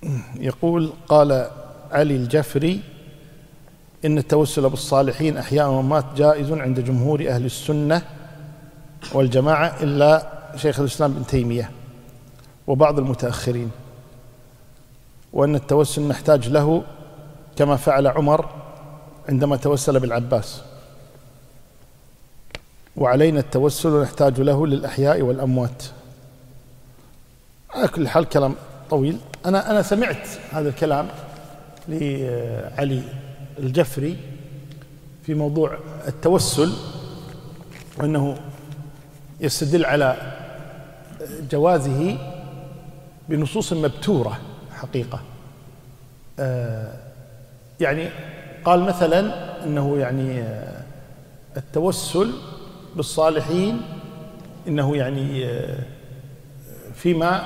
يقول: قال علي الجفري: إن التوسل بالصالحين أحياء وأموات جائز عند جمهور أهل السنة والجماعة إلا شيخ الإسلام ابن تيمية وبعض المتأخرين، وأن التوسل نحتاج له كما فعل عمر عندما توسل بالعباس، وعلينا التوسل ونحتاج له للأحياء والأموات. على كل حال كلام طويل. أنا سمعت هذا الكلام لعلي الجفري في موضوع التوسل، وأنه يستدل على جوازه بنصوص مبتورة حقيقة. يعني قال مثلا أنه يعني التوسل بالصالحين إنه يعني فيما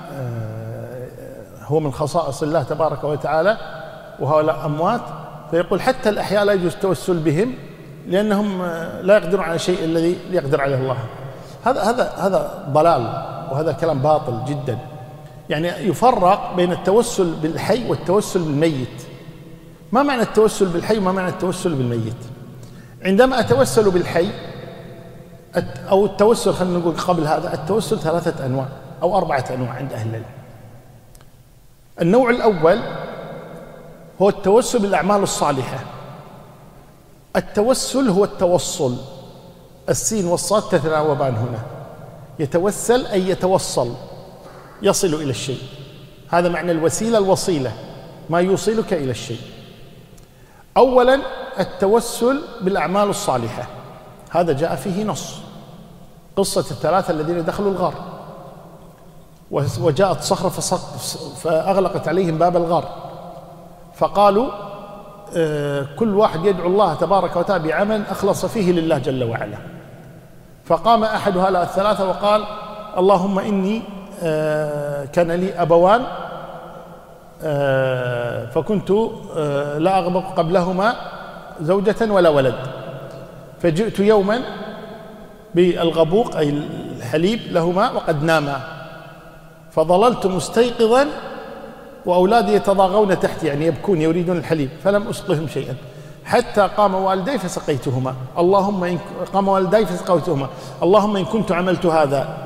هو من خصائص الله تبارك وتعالى، وهؤلاء أموات، فيقول حتى الأحياء لا يجوز التوسل بهم لأنهم لا يقدرون على شيء الذي يقدر عليه الله. هذا ضلال، وهذا كلام باطل جدا. يعني يفرق بين التوسل بالحي والتوسل بالميت. ما معنى التوسل بالحي وما معنى التوسل بالميت؟ عندما أتوسل بالحي أو التوسل، خلينا نقول قبل هذا، التوسل 3 أنواع أو 4 أنواع عند أهل العلم. النوع الأول هو التوسل بالأعمال الصالحة. التوسل هو التوصل، السين والصاد تتناوبان هنا. يتوسل أي يتوصل، يصل إلى الشيء. هذا معنى الوسيلة، الوصيلة ما يوصلك إلى الشيء. أولا التوسل بالأعمال الصالحة، هذا جاء فيه نص، قصة ال3 الذين دخلوا الغار وجاءت صخرة فأغلقت عليهم باب الغار، فقالوا كل واحد يدعو الله تبارك وتعالى بعمل أخلص فيه لله جل وعلا. فقام أحد هؤلاء ال3 وقال: اللهم إني كان لي أبوان فكنت لا أغبق قبلهما زوجة ولا ولد، فجئت يوما بالغبوق أي الحليب لهما وقد ناما، فظللت مستيقظا وأولادي يتضاغون تحتي، يعني يبكون يريدون الحليب، فلم أسقهم شيئا حتى قام والدي فسقيتهما. اللهم إن كنت عملت هذا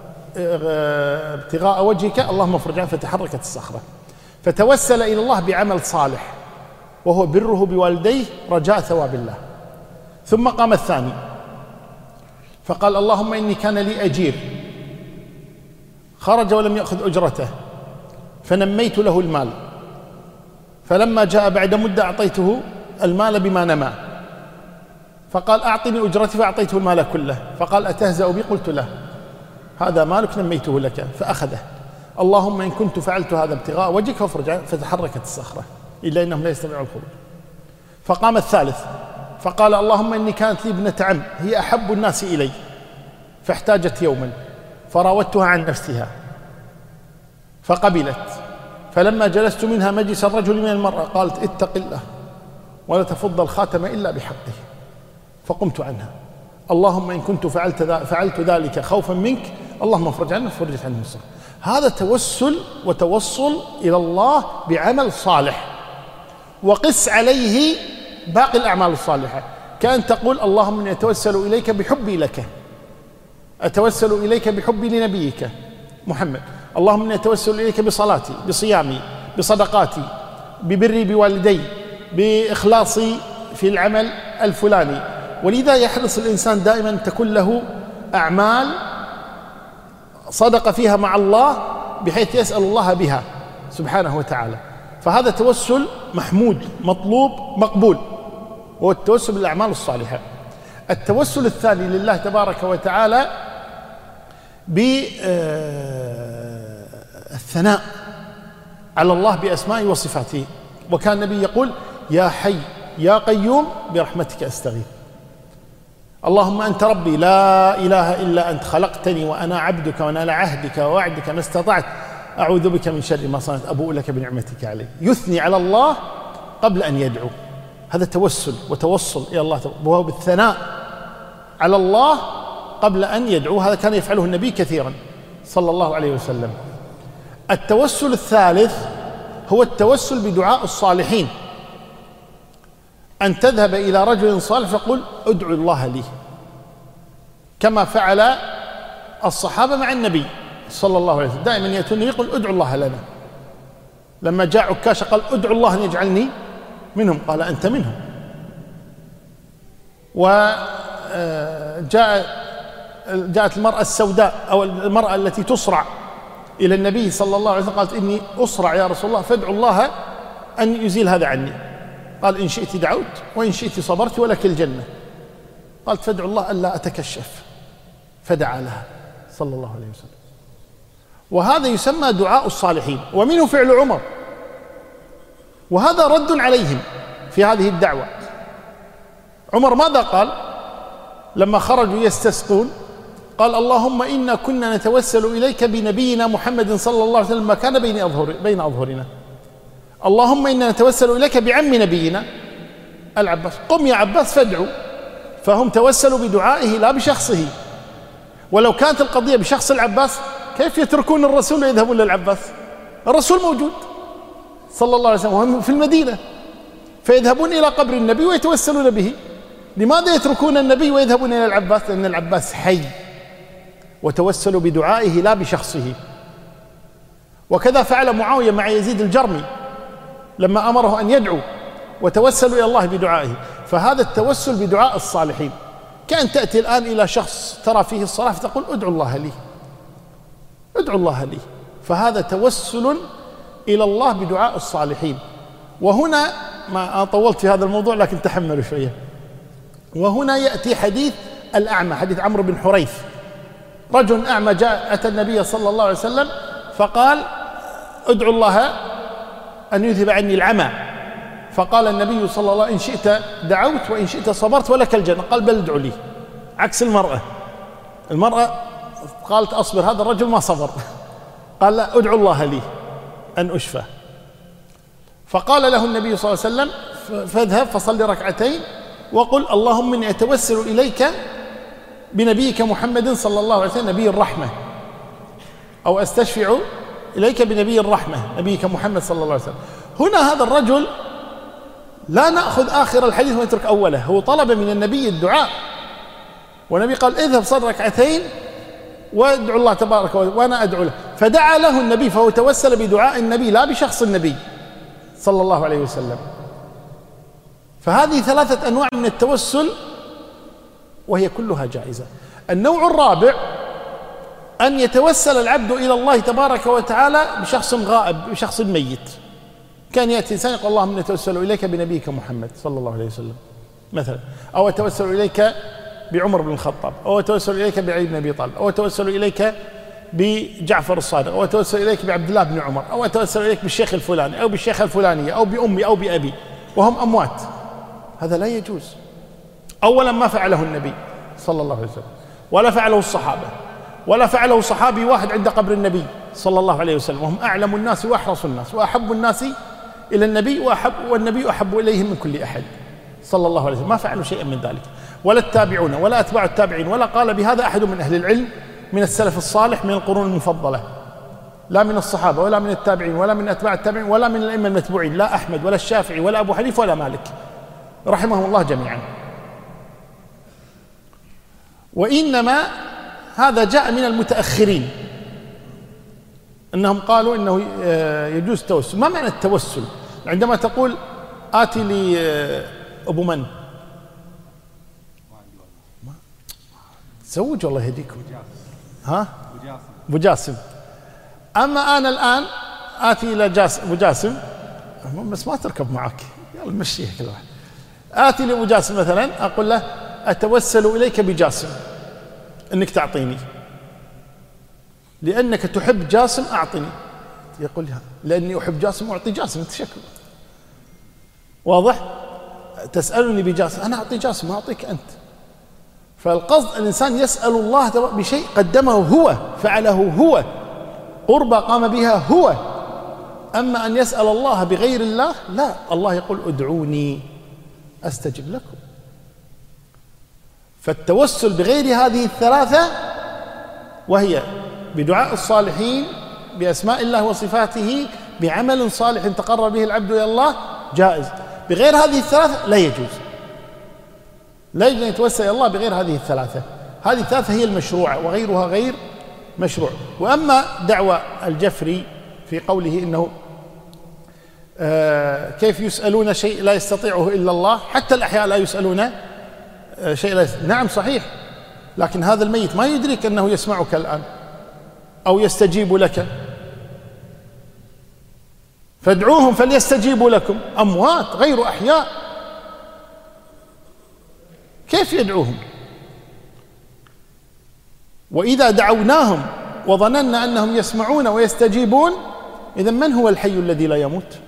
ابتغاء وجهك اللهم افرج عنه، فتحركت الصخرة. فتوسل إلى الله بعمل صالح وهو بره بوالديه رجاء ثواب الله. ثم قام الثاني فقال: اللهم إني كان لي أجير خرج ولم يأخذ أجرته فنميت له المال، فلما جاء بعد مدة أعطيته المال بما نما، فقال: أعطني أجرتي، فأعطيته المال كله، فقال: أتهزأ بي؟ قلت له: هذا مالك نميته لك، فأخذه. اللهم إن كنت فعلت هذا ابتغاء وجهك فافرج عنه، فتحركت الصخرة إلا إنهم لا يستطيعون الخروج. فقام الثالث فقال: اللهم إني كانت لي ابنة عم هي أحب الناس إلي، فاحتاجت يوما فراودتها عن نفسها فقبلت، فلما جلست منها مجلس الرجل من المرأة قالت: اتق الله ولا تفض الخاتم إلا بحقه، فقمت عنها. اللهم إن كنت فعلت ذلك خوفا منك اللهم افرج عنه، فرجت عنه الصخرة. هذا توسل وتوصل إلى الله بعمل صالح، وقس عليه باقي الأعمال الصالحة، كأن تقول: اللهم إني أتوسل إليك بحبي لك، أتوسل إليك بحبي لنبيك محمد، اللهم إني أتوسل إليك بصلاتي، بصيامي، بصدقاتي، ببري بوالدي، بإخلاصي في العمل الفلاني. ولذا يحرص الإنسان دائما أن تكون له أعمال صدق فيها مع الله بحيث يسأل الله بها سبحانه وتعالى. فهذا توسل محمود مطلوب مقبول، وهو التوسل بالأعمال الصالحة. التوسل الثاني لله تبارك وتعالى بالثناء على الله بأسمائه وصفاته. وكان النبي يقول: يا حي يا قيوم برحمتك أستغيث. اللهم أنت ربي لا إله إلا أنت، خلقتني وأنا عبدك وأنا على عهدك ووعدك ما استطعت، أعوذ بك من شر ما صنعت، أبوء لك بنعمتك علي. يثني على الله قبل أن يدعو، هذا توسل وتوصل إلى الله، وهو بالثناء على الله قبل أن يدعو. هذا كان يفعله النبي كثيرا صلى الله عليه وسلم. التوسل الثالث هو التوسل بدعاء الصالحين، أن تذهب إلى رجل صالح فقل ادعو الله لي، كما فعل الصحابة مع النبي صلى الله عليه وسلم، دائما يأتون يقول ادعو الله لنا. لما جاء عكاشة قال ادعو الله أن يجعلني منهم، قال أنت منهم. جاءت المرأة السوداء أو المرأة التي تصرع إلى النبي صلى الله عليه وسلم، قالت إني أصرع يا رسول الله فادعو الله أن يزيل هذا عني. قال إن شئت دعوت وإن شئت صبرت ولك الجنة. قالت فادعو الله ألا أتكشف، فدعا لها صلى الله عليه وسلم. وهذا يسمى دعاء الصالحين، ومنه فعل عمر، وهذا رد عليهم في هذه الدعوة. عمر ماذا قال لما خرجوا يستسقون؟ قال اللهم إنا كنا نتوسل إليك بنبينا محمد صلى الله عليه وسلم ما كان بين أظهرنا، اللهم إنا نتوسل إليك بعم نبينا العباس، قم يا عباس فادعو. فهم توسلوا بدعائه لا بشخصه. ولو كانت القضية بشخص العباس كيف يتركون الرسول ويذهبون للعباس؟ الرسول موجود صلى الله عليه وسلم وهم في المدينة، فيذهبون إلى قبر النبي ويتوسلون به. لماذا يتركون النبي ويذهبون إلى العباس؟ لأن العباس حي، وتوسلوا بدعائه لا بشخصه. وكذا فعل معاوية مع يزيد الجرمي لما أمره أن يدعو، وتوسلوا إلى الله بدعائه. فهذا التوسل بدعاء الصالحين، كأن تأتي الآن إلى شخص ترى فيه الصلاة فتقول ادعو الله لي، ادعو الله لي. فهذا توسل إلى الله بدعاء الصالحين. وهنا ما طولت في هذا الموضوع لكن تحملوا شوية. وهنا يأتي حديث الأعمى، حديث عمرو بن حريث. رجل أعمى جاء أتى النبي صلى الله عليه وسلم فقال ادعو الله أن يذهب عني العمى. فقال النبي صلى الله عليه وسلم إن شئت دعوت وإن شئت صبرت ولك الجنة. قال بل ادعو لي، عكس المرأة قالت أصبر، هذا الرجل ما صبر، قال لا ادعو الله لي أن أشفى. فقال له النبي صلى الله عليه وسلم فاذهب فصلي ركعتين وقل اللهم إني أتوسل إليك بنبيك محمد صلى الله عليه وسلم نبي الرحمة، أو أستشفع إليك بنبي الرحمة نبيك محمد صلى الله عليه وسلم. هنا هذا الرجل لا نأخذ آخر الحديث ونترك أوله، هو طلب من النبي الدعاء، والنبي قال اذهب صل ركعتين وادعو الله تبارك وأنا أدعو له. فدعا له النبي، فهو توسل بدعاء النبي لا بشخص النبي صلى الله عليه وسلم. فهذه ثلاثة أنواع من التوسل وهي كلها جائزة. النوع الرابع أن يتوسل العبد إلى الله تبارك وتعالى بشخص غائب، بشخص ميت. كان يأتي إنسان يقول اللهم نتوسل إليك بنبيك محمد صلى الله عليه وسلم مثلا، أو أتوسل إليك بعمر بن الخطاب، أو أتوسل إليك بعلي بن أبي طالب، أو أتوسل إليك بجعفر الصادق، أو أتوسل إليك بعبد الله بن عمر، أو أتوسل إليك بالشيخ الفلاني أو بالشيخة الفلانية أو بأمي أو بأبي وهم أموات. هذا لا يجوز. أولا ما فعله النبي صلى الله عليه وسلم، ولا فعله الصحابة، ولا فعله صحابي واحد عند قبر النبي صلى الله عليه وسلم، وهم أعلم الناس وأحرص الناس وأحب الناس إلى النبي، والنبي أحب إليهم من كل أحد صلى الله عليه وسلم. ما فعلوا شيئا من ذلك، ولا التابعون ولا أتباع التابعين، ولا قال بهذا أحد من أهل العلم من السلف الصالح من القرون المفضلة، لا من الصحابة ولا من التابعين ولا من أتباع التابعين ولا من الأئمة المتبوعين، لا أحمد ولا الشافعي ولا أبو حنيفة ولا مالك رحمهم الله جميعا. وإنما هذا جاء من المتأخرين، أنهم قالوا إنه يجوز التوسل. ما معنى التوسل؟ عندما تقول آتي لي أبو من تزوج والله يهديكم، ها أبو جاسم. أما أنا الآن آتي إلى أبو جاسم، بس ما تركب معك، يلا مشيها كل واحد. آتي لأبو جاسم مثلا أقول له أتوسل إليك بجاسم أنك تعطيني، لأنك تحب جاسم أعطني. يقول لها لأني أحب جاسم أعطي جاسم، أنت شكله واضح. تسألني بجاسم، أنا أعطي جاسم ما أعطيك أنت. فالقصد الإنسان يسأل الله بشيء قدمه هو، فعله هو، قربة قام بها هو. أما أن يسأل الله بغير الله لا، الله يقول ادعوني أستجب لكم. فالتوسل بغير هذه الثلاثة، وهي بدعاء الصالحين، بأسماء الله وصفاته، بعمل صالح تقرب به العبد إلى الله جائز. بغير هذه الثلاثة لا يجوز، لا يجوز أن يتوسل إلى الله بغير هذه الثلاثة. هذه الثلاثة هي المشروعة وغيرها غير مشروع. وأما دعوى الجفري في قوله إنه كيف يسألون شيء لا يستطيعه إلا الله، حتى الأحياء لا يسألون شيء لا يستطيع. نعم صحيح، لكن هذا الميت ما يدرك أنه يسمعك الآن أو يستجيب لك، فادعوهم فليستجيبوا لكم، أموات غير أحياء، كيف يدعوهم؟ وإذا دعوناهم وظننا أنهم يسمعون ويستجيبون، إذن من هو الحي الذي لا يموت؟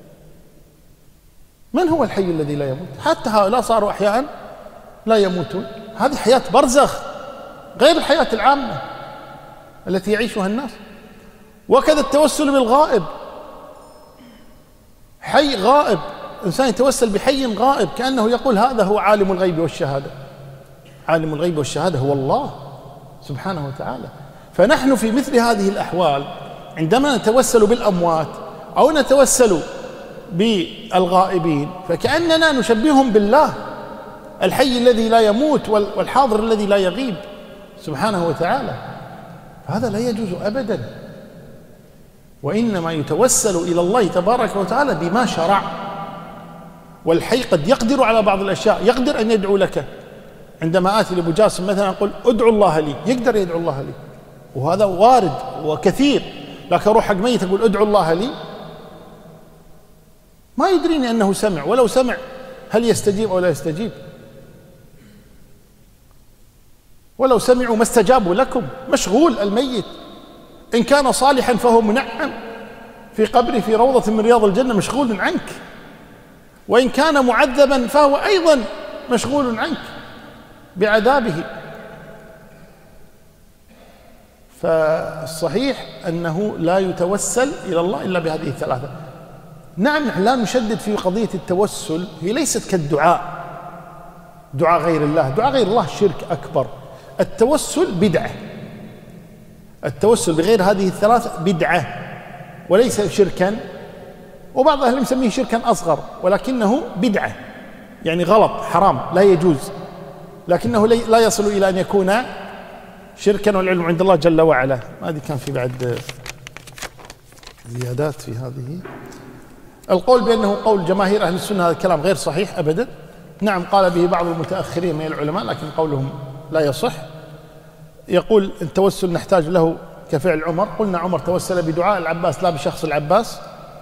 من هو الحي الذي لا يموت؟ حتى هؤلاء صاروا أحياء لا يموتون. هذه حياة برزخ غير الحياة العامة التي يعيشها الناس. وكذا التوسل بالغائب، حي غائب، إنسان يتوسل بحي غائب كأنه يقول هذا هو عالم الغيب والشهادة. عالم الغيب والشهادة هو الله سبحانه وتعالى. فنحن في مثل هذه الأحوال عندما نتوسل بالأموات أو نتوسل بالغائبين فكأننا نشبههم بالله الحي الذي لا يموت والحاضر الذي لا يغيب سبحانه وتعالى. هذا لا يجوز أبدا، وإنما يتوسل إلى الله تبارك وتعالى بما شرع. والحي قد يقدر على بعض الأشياء، يقدر أن يدعو لك. عندما آتي لأبو جاسم مثلا أقول ادعو الله لي، يقدر يدعو الله لي، وهذا وارد وكثير. لكن أروح حق ميت أقول ادعو الله لي، ما يدريني أنه سمع، ولو سمع هل يستجيب أو لا يستجيب؟ ولو سمعوا ما استجابوا لكم، مشغول الميت. إن كان صالحا فهو منعم في قبره في روضة من رياض الجنة مشغول عنك، وإن كان معذبا فهو أيضا مشغول عنك بعذابه. فالصحيح أنه لا يتوسل إلى الله إلا بهذه الثلاثة. نعم نحن لا نشدد في قضية التوسل، هي ليست كالدعاء، دعاء غير الله، دعاء غير الله شرك أكبر. التوسل بدعة، التوسل بغير هذه الثلاث بدعة وليس شركا، وبعض أهل يسميه شركا أصغر، ولكنه بدعة يعني غلط حرام لا يجوز، لكنه لا يصل إلى أن يكون شركا، والعلم عند الله جل وعلا. هذه كان في بعد زيادات في هذه. القول بأنه قول جماهير أهل السنة هذا الكلام غير صحيح أبدا. نعم قال به بعض المتأخرين من العلماء لكن قولهم لا يصح. يقول التوسل نحتاج له كفعل عمر، قلنا عمر توسل بدعاء العباس لا بشخص العباس.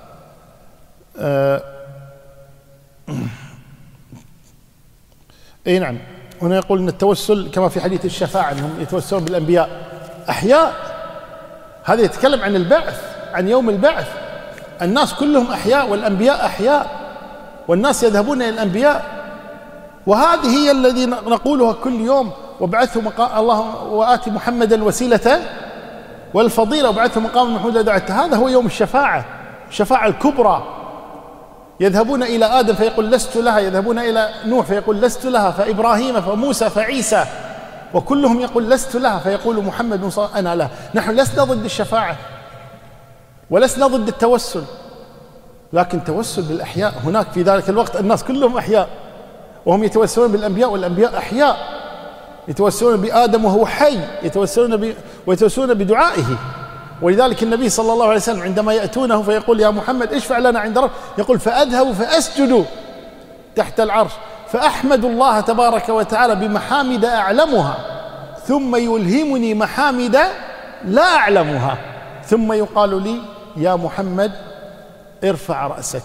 اي نعم. هنا يقول ان التوسل كما في حديث الشفاعة انهم يتوسلون بالانبياء احياء، هذا يتكلم عن البعث، عن يوم البعث. الناس كلهم احياء والانبياء احياء، والناس يذهبون الى الانبياء، وهذه هي الذي نقولها كل يوم: وابعثه الله وآتي محمدا الوسيلة والفضيلة وابعثه مقام محمود الذي وعدته. هذا هو يوم الشفاعة، الشفاعة الكبرى. يذهبون إلى آدم فيقول لست لها، يذهبون إلى نوح فيقول لست لها، فإبراهيم فموسى فعيسى، وكلهم يقول لست لها، فيقول محمد صلى الله عليه وسلم أنا لها. نحن لسنا ضد الشفاعة ولسنا ضد التوسل، لكن توسل بالأحياء. هناك في ذلك الوقت الناس كلهم أحياء وهم يتوسلون بالأنبياء والأنبياء أحياء، يتوسلون بآدم وهو حي، ويتوسلون بدعائه. ولذلك النبي صلى الله عليه وسلم عندما يأتونه فيقول يا محمد اشفع لنا عند رب، يقول فأذهب فأسجد تحت العرش فأحمد الله تبارك وتعالى بمحامد أعلمها، ثم يلهمني محامد لا أعلمها، ثم يقال لي يا محمد ارفع رأسك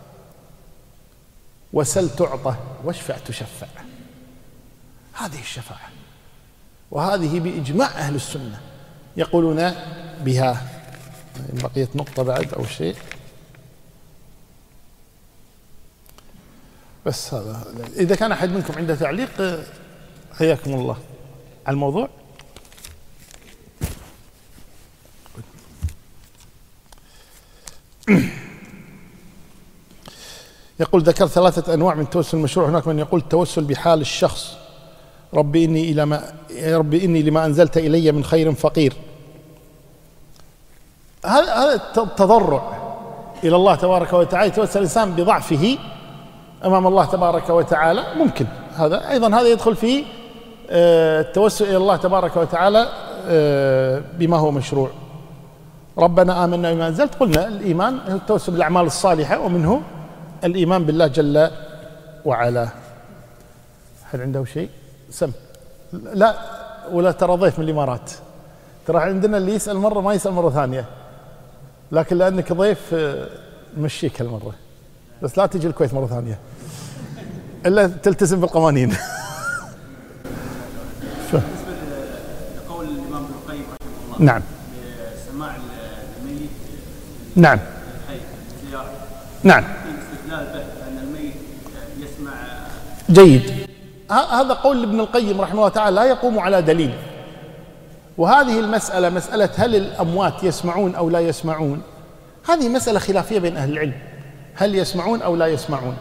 وسل تعطى واشفع تشفع. هذه الشفاعة، وهذه بإجماع أهل السنة يقولون بها. بقيت نقطة بعد أو شيء، بس هذا. إذا كان أحد منكم عنده تعليق حياكم الله على الموضوع. يقول ذكر 3 أنواع من التوسل المشروع. هناك من يقول التوسل بحال الشخص: ربي إني لما أنزلت إلي من خير فقير. هذا تضرع. إلى الله تبارك وتعالى، يتوسل الإنسان بضعفه أمام الله تبارك وتعالى، ممكن هذا أيضا، هذا يدخل في التوسل إلى الله تبارك وتعالى بما هو مشروع. ربنا آمنا بما أنزلت، قلنا الإيمان هو التوسل بالأعمال الصالحة، ومنه الإيمان بالله جل وعلا. هل عنده شيء؟ سم. لا، ولا ترى ضيف من الإمارات، ترى عندنا اللي يسأل مرة ما يسأل مرة ثانية، لكن لأنك ضيف نمشيك هالمرة، بس لا تجي الكويت مرة ثانية إلا تلتزم بالقوانين. بالنسبة لقول الإمام ابن القيم رحمه الله، نعم، سماع الميت نعم، الحي زيارة، نعم، استدلال به أن الميت يسمع. جيد. هذا قول ابن القيم رحمه الله تعالى لا يقوم على دليل. وهذه المسألة، مسألة هل الأموات يسمعون أو لا يسمعون، هذه مسألة خلافية بين أهل العلم، هل يسمعون أو لا يسمعون.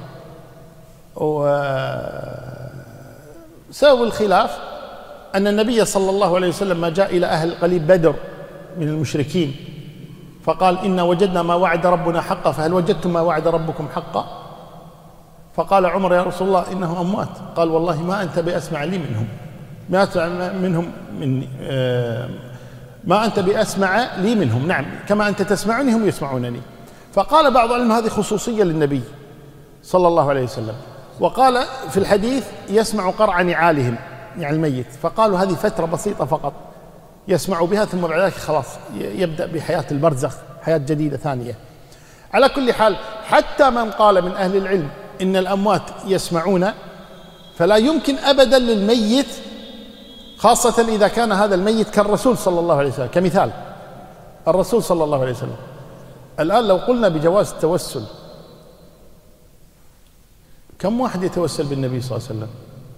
وسبب الخلاف أن النبي صلى الله عليه وسلم ما جاء إلى أهل قليب بدر من المشركين فقال إنا وجدنا ما وعد ربنا حقا فهل وجدتم ما وعد ربكم حقا؟ فقال عمر يا رسول الله إنهم أموات. قال والله ما أنت بأسمع لي منهم، ما أسمع منهم مني، ما أنت بأسمع لي منهم، نعم كما أنت تسمعني هم يسمعونني. فقال بعض العلماء هذه خصوصية للنبي صلى الله عليه وسلم. وقال في الحديث يسمع قرع نعالهم يعني الميت، فقالوا هذه فترة بسيطة فقط يسمع بها، ثم بعد ذلك خلاص يبدأ بحياة البرزخ، حياة جديدة ثانية. على كل حال، حتى من قال من أهل العلم إن الأموات يسمعون، فلا يمكن أبدا للميت، خاصة إذا كان هذا الميت كالرسول صلى الله عليه وسلم، كمثال الرسول صلى الله عليه وسلم. الآن لو قلنا بجواز التوسل، كم واحد يتوسل بالنبي صلى الله عليه وسلم؟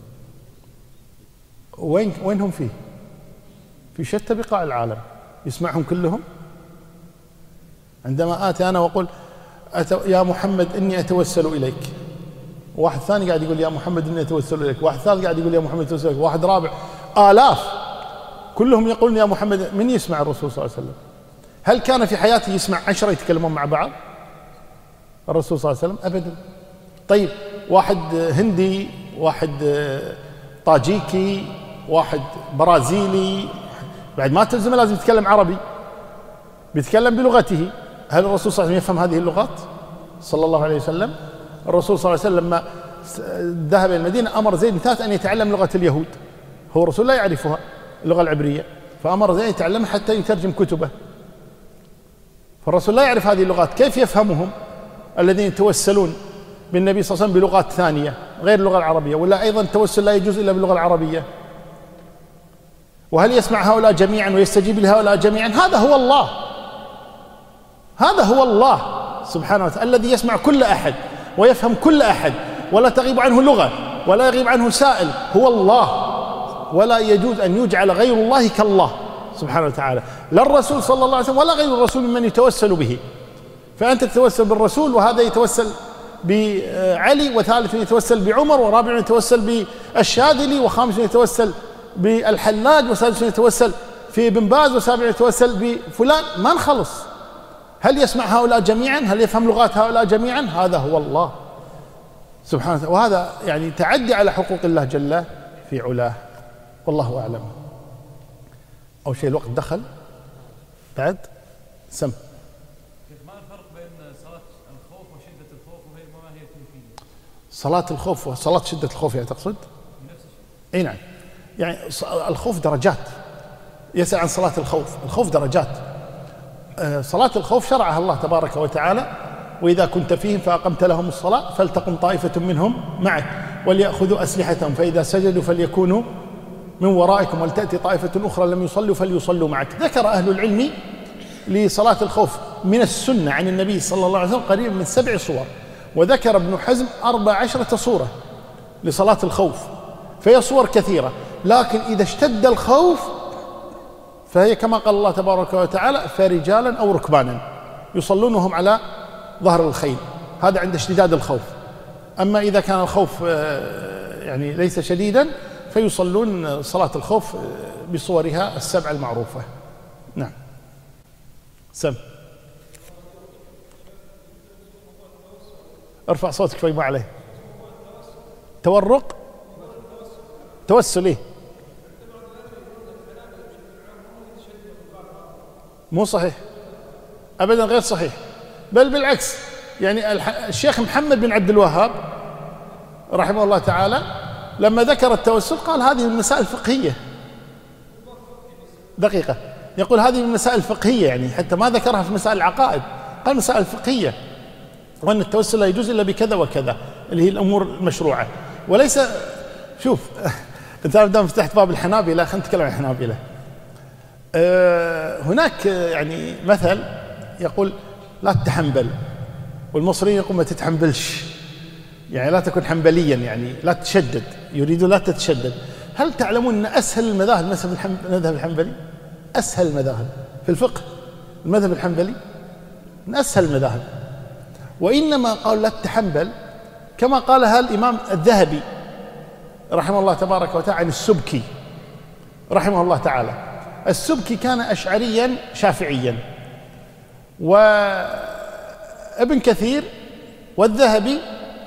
وين هم فيه؟ في شتى بقاع العالم، يسمعهم كلهم. عندما آتي أنا وأقول يا محمد إني أتوسل إليك، واحد ثاني قاعد يقول يا محمد إني أتوسل إليك، واحد ثالث قاعد يقول يا محمد أتوسل إليك، واحد رابع، آلاف كلهم يقولون يا محمد. من يسمع الرسول صلى الله عليه وسلم؟ هل كان في حياته يسمع 10 يتكلمون مع بعض الرسول صلى الله عليه وسلم؟ أبدا. طيب واحد هندي، واحد طاجيكي، واحد برازيلي، بعد ما تلزم لازم يتكلم عربي، بيتكلم بلغته. هل الرسول صلى الله عليه وسلم يفهم هذه اللغات صلى الله عليه وسلم؟ الرسول صلى الله عليه وسلم لما ذهب إلى المدينة أمر زيد بن ثابت أن يتعلم لغة اليهود، هو الرسول لا يعرفها اللغة العبرية، فأمر زيد يتعلمها حتى يترجم كتبه. فالرسول لا يعرف هذه اللغات، كيف يفهمهم الذين يتوسلون بالنبي صلى الله عليه وسلم بلغات ثانية غير اللغة العربية؟ ولا أيضا التوسل لا يجوز إلا باللغة العربية؟ وهل يسمع هؤلاء جميعا ويستجيب لهؤلاء جميعا؟ هذا هو الله، هذا هو الله سبحانه وتعالى الذي يسمع كل أحد ويفهم كل أحد، ولا تغيب عنه لغة ولا يغيب عنه سائل، هو الله، ولا يجوز أن يجعل غير الله كالله سبحانه وتعالى، لا الرسول صلى الله عليه وسلم ولا غير الرسول ممن يتوسل به. فأنت تتوسل بالرسول، وهذا يتوسل بعلي، وثالث يتوسل بعمر، ورابع يتوسل بالشاذلي، وخامس يتوسل بالحلاج، وسادس يتوسل في ابن باز، وسابع يتوسل بفلان، ما نخلص. هل يسمع هؤلاء جميعا؟ هل يفهم لغات هؤلاء جميعا؟ هذا هو الله سبحانه وتعالى، وهذا يعني تعدي على حقوق الله جل في علاه، والله أعلم. أو شيء الوقت دخل بعد سم. ما الفرق بين صلاة الخوف وشدة الخوف، وهي ما هي كيفية؟ صلاة الخوف وصلاة شدة الخوف يعني تقصد؟ نفس الشيء. اي نعم، يعني الخوف درجات، يسأل عن صلاة الخوف، الخوف درجات. صلاة الخوف شرعها الله تبارك وتعالى، وإذا كنت فيهم فأقمت لهم الصلاة فلتقم طائفة منهم معك وليأخذوا أسلحتهم فإذا سجدوا فليكونوا من ورائكم ولتأتي طائفة أخرى لم يصلوا فليصلوا معك. ذكر أهل العلم لصلاة الخوف من السنة عن النبي صلى الله عليه وسلم قريب من 7 صور، وذكر ابن حزم 14 صورة لصلاة الخوف، فهي صور كثيرة. لكن إذا اشتد الخوف فهي كما قال الله تبارك وتعالى فرجالا أو ركبانا يصلونهم على ظهر الخيل، هذا عند اشتداد الخوف. أما إذا كان الخوف يعني ليس شديدا فيصلون صلاة الخوف بصورها 7 المعروفة. نعم سم. ارفع صوتك شوي ما عليه. تورق توسل إيه؟ مو صحيح أبدا، غير صحيح، بل بالعكس. يعني الشيخ محمد بن عبد الوهاب رحمه الله تعالى لما ذكر التوسل قال هذه المسائل الفقهية. دقيقة، يقول هذه المسائل الفقهية، يعني حتى ما ذكرها في مسائل العقائد، قال مسائل فقهية، وأن التوسل لا يجوز إلا بكذا وكذا اللي هي الأمور المشروعة. وليس، شوف أنت دام فتحت باب الحنابلة، خلينا نتكلم عن الحنابلة. هناك يعني مثل يقول لا تتحنبل، والمصريين يقول ما تتحنبلش، يعني لا تكن حنبليا، يعني لا تتشدد، يريدون لا تتشدد. هل تعلمون أن أسهل المذاهب المذهب الحنبلي؟ أسهل المذاهب في الفقه المذهب الحنبلي من أسهل المذاهب. وإنما قالوا لا تتحنبل كما قالها الإمام الذهبي رحمه الله تبارك وتعالى عن السبكي رحمه الله تعالى. السبكي كان أشعريا شافعيا، وابن كثير والذهبي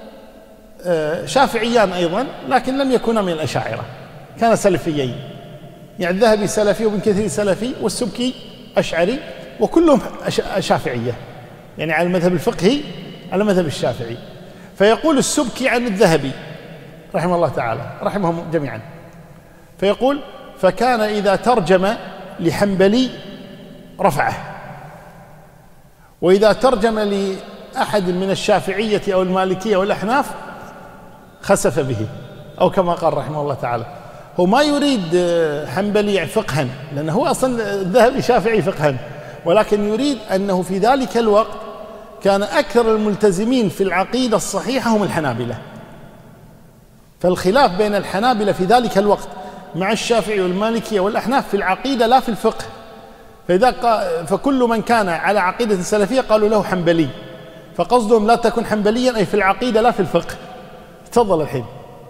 شافعيان أيضا، لكن لم يكونا من الأشاعرة، كان سلفيين. يعني الذهبي سلفي وابن كثير سلفي والسبكي أشعري، وكلهم شافعية، يعني على المذهب الفقهي على المذهب الشافعي. فيقول السبكي عن الذهبي رحمه الله تعالى، رحمهم جميعا، فيقول فكان إذا ترجم لحنبلي رفعه، وإذا ترجم لأحد من الشافعية أو المالكية أو الأحناف خسف به، أو كما قال رحمه الله تعالى. هو ما يريد حنبلي فقها، لأنه هو أصلا الذهبي شافعي فقها، ولكن يريد أنه في ذلك الوقت كان أكثر الملتزمين في العقيدة الصحيحة هم الحنابلة، فالخلاف بين الحنابلة في ذلك الوقت مع الشافعي والمالكية والأحناف في العقيدة لا في الفقه. فكل من كان على عقيدة سلفية قالوا له حنبلي، فقصدهم لا تكن حنبليا أي في العقيدة لا في الفقه. تفضل الحين.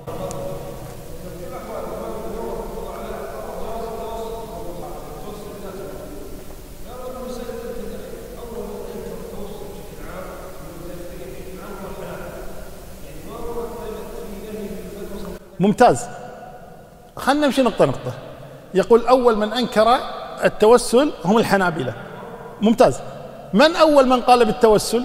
ممتاز، خلنا نمشي نقطة نقطة. يقول أول من أنكر التوسل هم الحنابلة. ممتاز. من أول من قال بالتوسل؟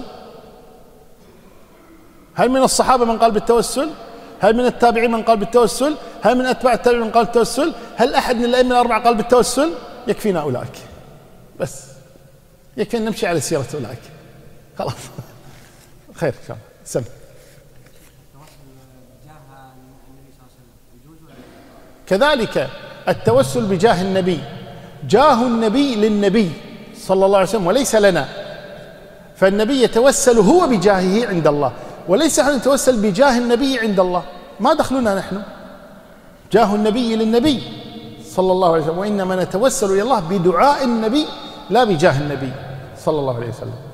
هل من الصحابة من قال بالتوسل؟ هل من التابعين من قال بالتوسل؟ هل من أتباع التابعين من قال بالتوسل؟ هل أحد من الأئمة الأربعة قال بالتوسل؟ يكفينا أولئك، بس يكفي أن نمشي على سيرة أولئك، خلاص. خير إن شاء الله. سم. كذلك التوسل بجاه النبي، جاه النبي للنبي صلى الله عليه وسلم وليس لنا، فالنبي يتوسل هو بجاهه عند الله، وليس نحن نتوسل بجاه النبي عند الله، ما دخلنا نحن. جاه النبي للنبي صلى الله عليه وسلم، وإنما نتوسل إلى الله بدعاء النبي لا بجاه النبي صلى الله عليه وسلم.